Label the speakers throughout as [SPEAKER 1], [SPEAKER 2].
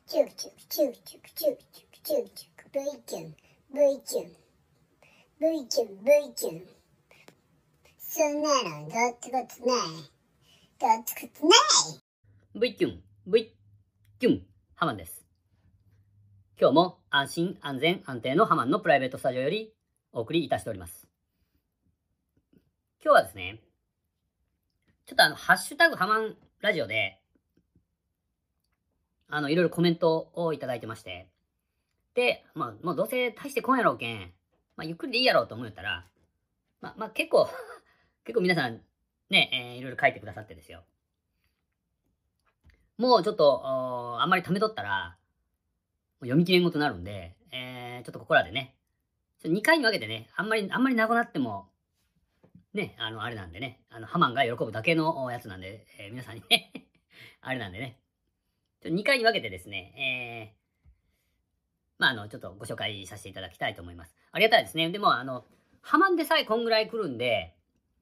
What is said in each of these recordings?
[SPEAKER 1] チュクチュクチュクチュクチュクチュクチュクチュク V キュン V キュン V キュン V キュン。そんなのどうってことない。どうってことない。
[SPEAKER 2] V キュン V キュンハマンです。今日も安心安全安定のハマンのプライベートスタジオよりお送りいたしております。今日はですね、ちょっとハッシュタグハマンラジオでいろいろコメントをいただいてまして、で、もうどうせ大して来んやろうけん、ゆっくりでいいやろうと思ったら、結構皆さんね、いろいろ書いてくださってですよ。もうちょっと、あんまり溜めとったら、読み切れんごとなるんで、ちょっとここらでね、2回に分けてね、あんまりなくなっても、ね、あれなんでね、ハマンが喜ぶだけのやつなんで、皆さんにね、あれなんでね、2回に分けてですね、ちょっとご紹介させていただきたいと思います。ありがたいですね。でも、ハマンでさえこんぐらい来るんで、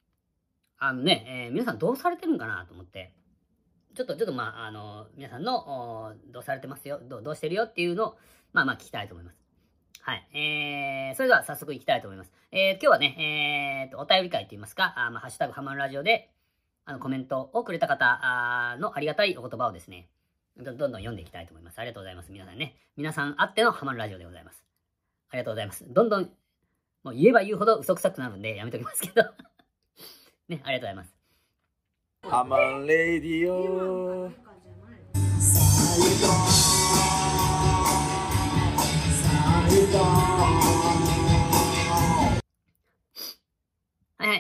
[SPEAKER 2] 皆さんどうされてるんかなと思って、ちょっと皆さんの、どうされてますよ、どうしてるよっていうのを、聞きたいと思います。はい。それでは早速行きたいと思います。今日はね、お便り会といいますか、ハッシュタグハマンラジオで、コメントをくれた方のありがたいお言葉をですね、どんどん読んでいきたいと思います。ありがとうございます。皆さんね。皆さんあってのハマンラジオでございます。ありがとうございます。どんどん、もう言えば言うほど嘘くさくなるんでやめときますけど。ね、ありがとうございます。
[SPEAKER 3] ハマンレディオ。
[SPEAKER 2] はい、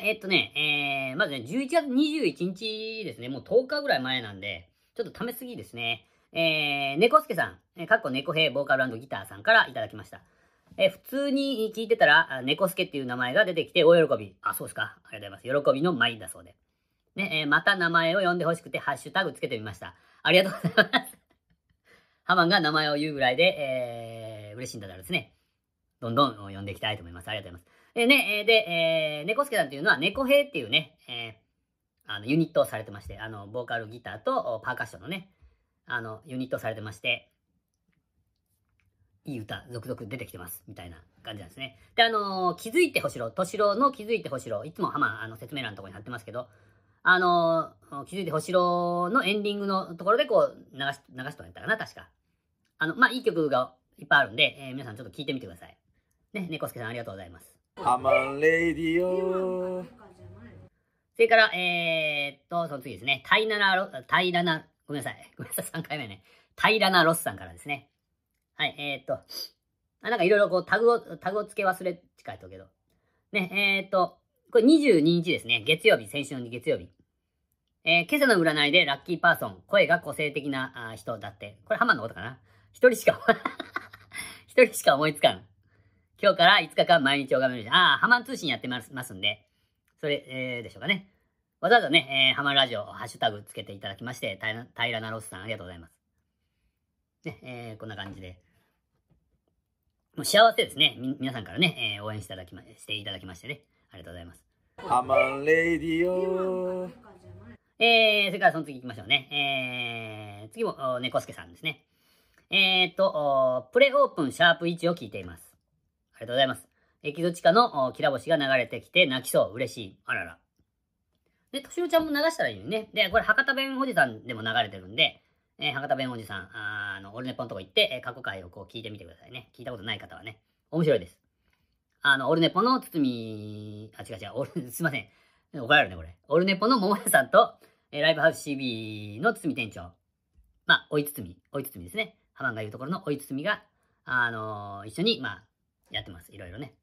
[SPEAKER 2] まずね、11月21日ですね。もう10日ぐらい前なんで、ちょっとためすぎですね。猫助さん、かっこ猫兵ボーカル&ギターさんからいただきました。普通に聞いてたら、猫助っていう名前が出てきて大喜び。あ、そうですか。ありがとうございます。喜びの舞だそうで。ね、また名前を呼んでほしくてハッシュタグつけてみました。ありがとうございます。ハマンが名前を言うぐらいで、嬉しいんだからですね。どんどん呼んでいきたいと思います。ありがとうございます。猫助さんっていうのは猫兵っていうね、ユニットをされてまして、ボーカルギターとパーカッションのね、ユニットされてまして、いい歌、続々出てきてます。みたいな感じなんですね。で、気づいてほしろ、としろの気づいてほしろ、いつもハマン、説明欄のところに貼ってますけど、気づいてほしろのエンディングのところでこう、流しとかやったかな、確か。いい曲がいっぱいあるんで、皆さんちょっと聞いてみてください。ね、猫助さんありがとうございます。
[SPEAKER 3] ハマンレディオ。
[SPEAKER 2] それから、その次ですね。ごめんなさい、3回目ね。平らなロスさんからですね。はい、なんかいろいろこうタグを付け忘れって書いてるけど。ね、これ22日ですね。月曜日、先週の月曜日。今朝の占いでラッキーパーソン、声が個性的な人だって。これハマンのことかな？一人しか思いつかん。今日から5日間毎日拝める。ハマン通信やってますんで、それ、でしょうかね。わざわざね、ハマンラジオ、ハッシュタグつけていただきまして、平らなロスさんありがとうございます。ね、こんな感じで。もう幸せですね。皆さんからね、応援していただきましてね。ありがとうございます。
[SPEAKER 3] ハマンレディオ。
[SPEAKER 2] それからその次行きましょうね。次も、猫助さんですね。プレオープンシャープ1を聞いています。ありがとうございます。エキゾチカのきら星が流れてきて泣きそう。嬉しい。あらら。で、としろちゃんも流したらいいよね。で、これ博多弁おじさんでも流れてるんで、博多弁おじさん、オルネポのとこ行って、過去回をこう聞いてみてくださいね。聞いたことない方はね。面白いです。オルネポのすいません。怒られるね、これ。オルネポの桃屋さんと、ライブハウス CB の堤店長。おいつつみですね。ハマンが言うところのおいつつみが、一緒に、やってます。いろいろね。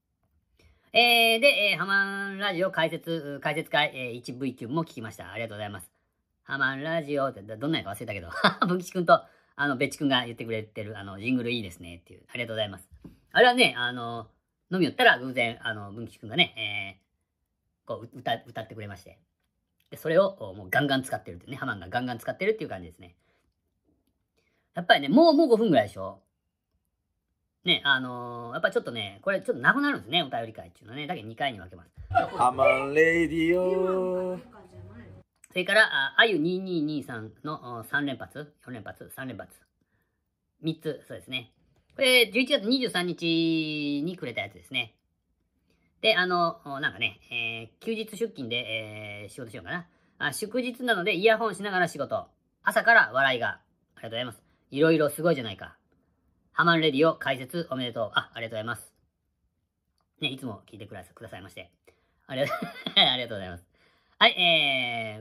[SPEAKER 2] で、ハマンラジオ解説会、1V キューブも聞きました。ありがとうございます。ハマンラジオってどんなやか忘れたけど、文吉くんと、ベッチくんが言ってくれてる、ジングルいいですねっていう。ありがとうございます。あれはね、飲み寄ったら偶然、文吉くんがね、こう、歌ってくれまして。で、それをもうガンガン使ってるってね、ハマンがガンガン使ってるっていう感じですね。やっぱりね、もう5分ぐらいでしょ。ね、やっぱりちょっとね、これちょっとなくなるんですね、お便り会っていうのはね。だけど2回に分けます。
[SPEAKER 3] ハマンレディオ。
[SPEAKER 2] それから、あゆ2223の3連発、4連発、3連発。 3つ、そうですね。これ、11月23日にくれたやつですね。で、なんかね、休日出勤で、仕事しようかな。祝日なのでイヤホンしながら仕事。朝から笑いが。ありがとうございます。いろいろすごいじゃないか。ハマンレディオ解説おめでとう。ありがとうございます。ね、いつも聞いてくださいまして。ありがとうございます。はい、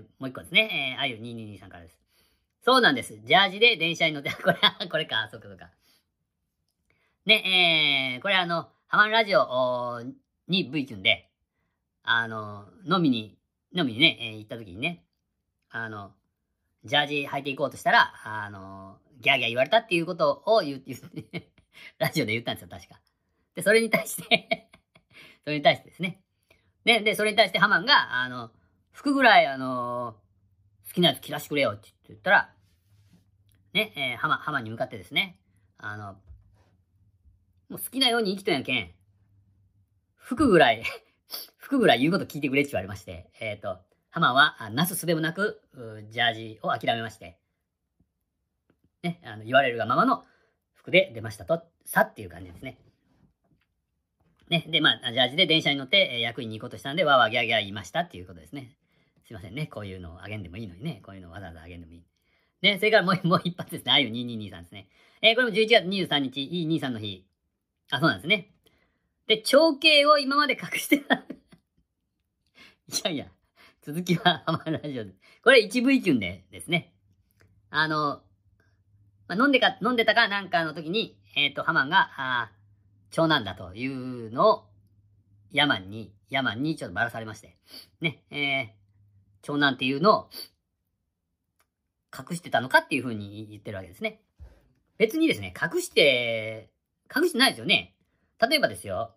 [SPEAKER 2] もう一個ですね。あゆ222さんからです。そうなんです。ジャージで電車に乗って、これか、そうか。ね、これハマンラジオに V キュンで、飲みにね、行った時にね、ジャージ履いていこうとしたら、ギャーギャー言われたっていうことをラジオで言ったんですよ、確か。で、それに対してですね。で、それに対してハマンが、服ぐらい、好きなやつ着らしてくれよって言ったら、ね、ハマンに向かってですね、もう好きなように生きとんやけん、服ぐらい言うこと聞いてくれって言われまして、ハマンは、なすすべもなく、ジャージを諦めまして、ね、言われるがままの服で出ましたっていう感じですね。ね、で、ジャージで電車に乗って、役員に行こうとしたんで、わーわーギャーギャー言いましたっていうことですね。すいませんね、こういうのをあげんでもいいのにね、こういうのをわざわざあげんでもいい。で、それからもう一発ですね、あゆ2223ですね。これも11月23日、いい兄さんの日。そうなんですね。で、長兄を今まで隠してた。いや、続きはハマるラジオで。これ 1V キュンでですね。飲んでたかなんかの時に、ハマンが、長男だというのを、ヤマンにちょっとばらされまして。ね、長男っていうのを、隠してたのかっていう風に言ってるわけですね。別にですね、隠してないですよね。例えばですよ。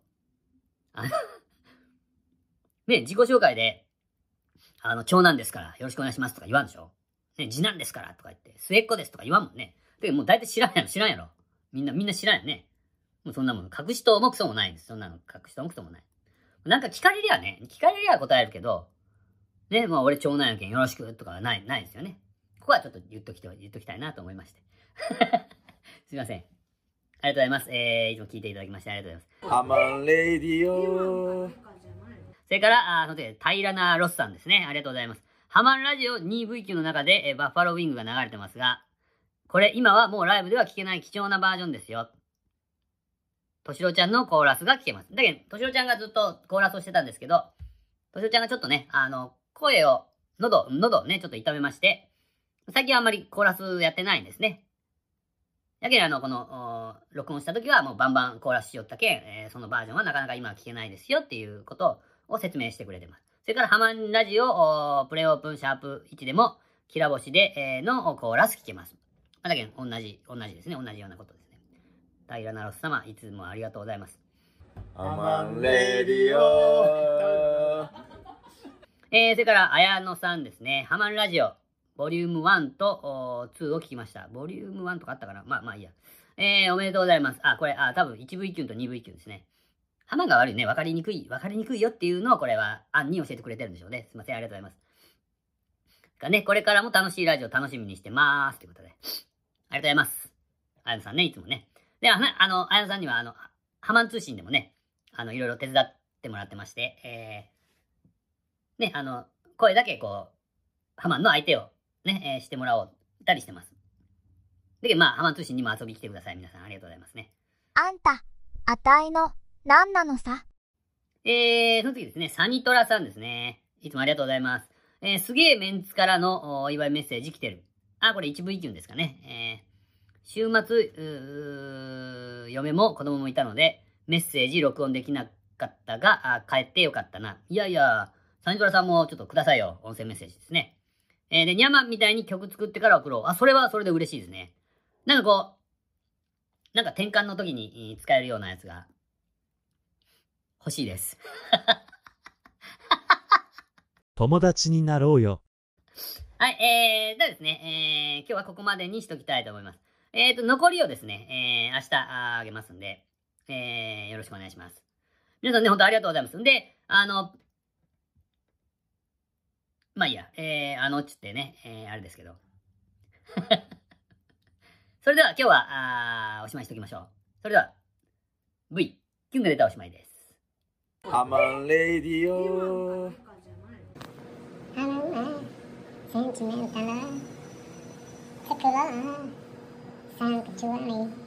[SPEAKER 2] ね、自己紹介で、長男ですからよろしくお願いしますとか言わんでしょ。ね、次男ですからとか言って、末っ子ですとか言わんもんね。で、もう大体知らんやろ。みんな知らんよね。もうそんなもん、隠しともクソもないんです。そんなの、隠しともクソもない。なんか聞かれりゃ答えるけど、ね、もう俺長男やけんよろしくとかはないですよね。ここはちょっと言っときたいなと思いまして。すいません。ありがとうございます。いつも聞いていただきましてありがとうございます。
[SPEAKER 3] ハマンレディオ。
[SPEAKER 2] それから、その時、平らロスさんですね。ありがとうございます。ハマンラジオ 2V9 の中で、バッファローウィングが流れてますが、これ今はもうライブでは聴けない貴重なバージョンですよ。としろちゃんのコーラスが聴けます。だけど、としろちゃんがずっとコーラスをしてたんですけど、としろちゃんがちょっとね、声を、喉ね、ちょっと痛めまして、最近はあんまりコーラスやってないんですね。やけん、この、録音した時はもうバンバンコーラスしよったけん、そのバージョンはなかなか今は聴けないですよっていうことを説明してくれてます。それからハマンラジオ、プレオープンシャープ1でも、きらぼしで、のコーラス聴けます。だけど、同じですね。同じようなことですね。平ナロス様、いつもありがとうございます。
[SPEAKER 3] ハマンレディオ。
[SPEAKER 2] それから、綾野さんですね。ハマンラジオ、ボリューム1と2を聞きました。ボリューム1とかあったかな、まあいいや。おめでとうございます。これ、多分 1V キュンと 2V キュンですね。ハマンが悪いね。わかりにくいよっていうのをこれは、案に教えてくれてるんでしょうね。すいません、ありがとうございます。ね、これからも楽しいラジオ楽しみにしてまーす。ということで。ありがとうございます。綾野さんね、いつもね。で、綾野さんには、ハマン通信でもね、いろいろ手伝ってもらってまして、ね、声だけこう、ハマンの相手をね、してもらおうたりしてます。で、ハマン通信にも遊びに来てください。皆さんありがとうございますね。
[SPEAKER 4] あんた、あたいの、なんなのさ。
[SPEAKER 2] その次ですね、サニトラさんですね。いつもありがとうございます。すげえメンツからのお祝いメッセージ来てる。これ 1V キュンですかね。週末、嫁も子供もいたので、メッセージ録音できなかったが、帰ってよかったな。いや、サニトラさんもちょっとくださいよ。音声メッセージですね。で、ニャマンみたいに曲作ってから送ろう。それはそれで嬉しいですね。なんか転換の時に使えるようなやつが欲しいです。
[SPEAKER 5] 友達になろうよ。
[SPEAKER 2] はい、ではですね、今日はここまでにしときたいと思います。残りをですね、明日あげますんで、よろしくお願いします。皆さんね、本当ありがとうございます。んで、いいや、つってね、あれですけど。それでは今日は、 おしまいにしておきましょう。それでは、V、キュンが出たらおしまいです。
[SPEAKER 3] ハマンレディオ
[SPEAKER 1] センチメンタル、桜、サンクチュアリ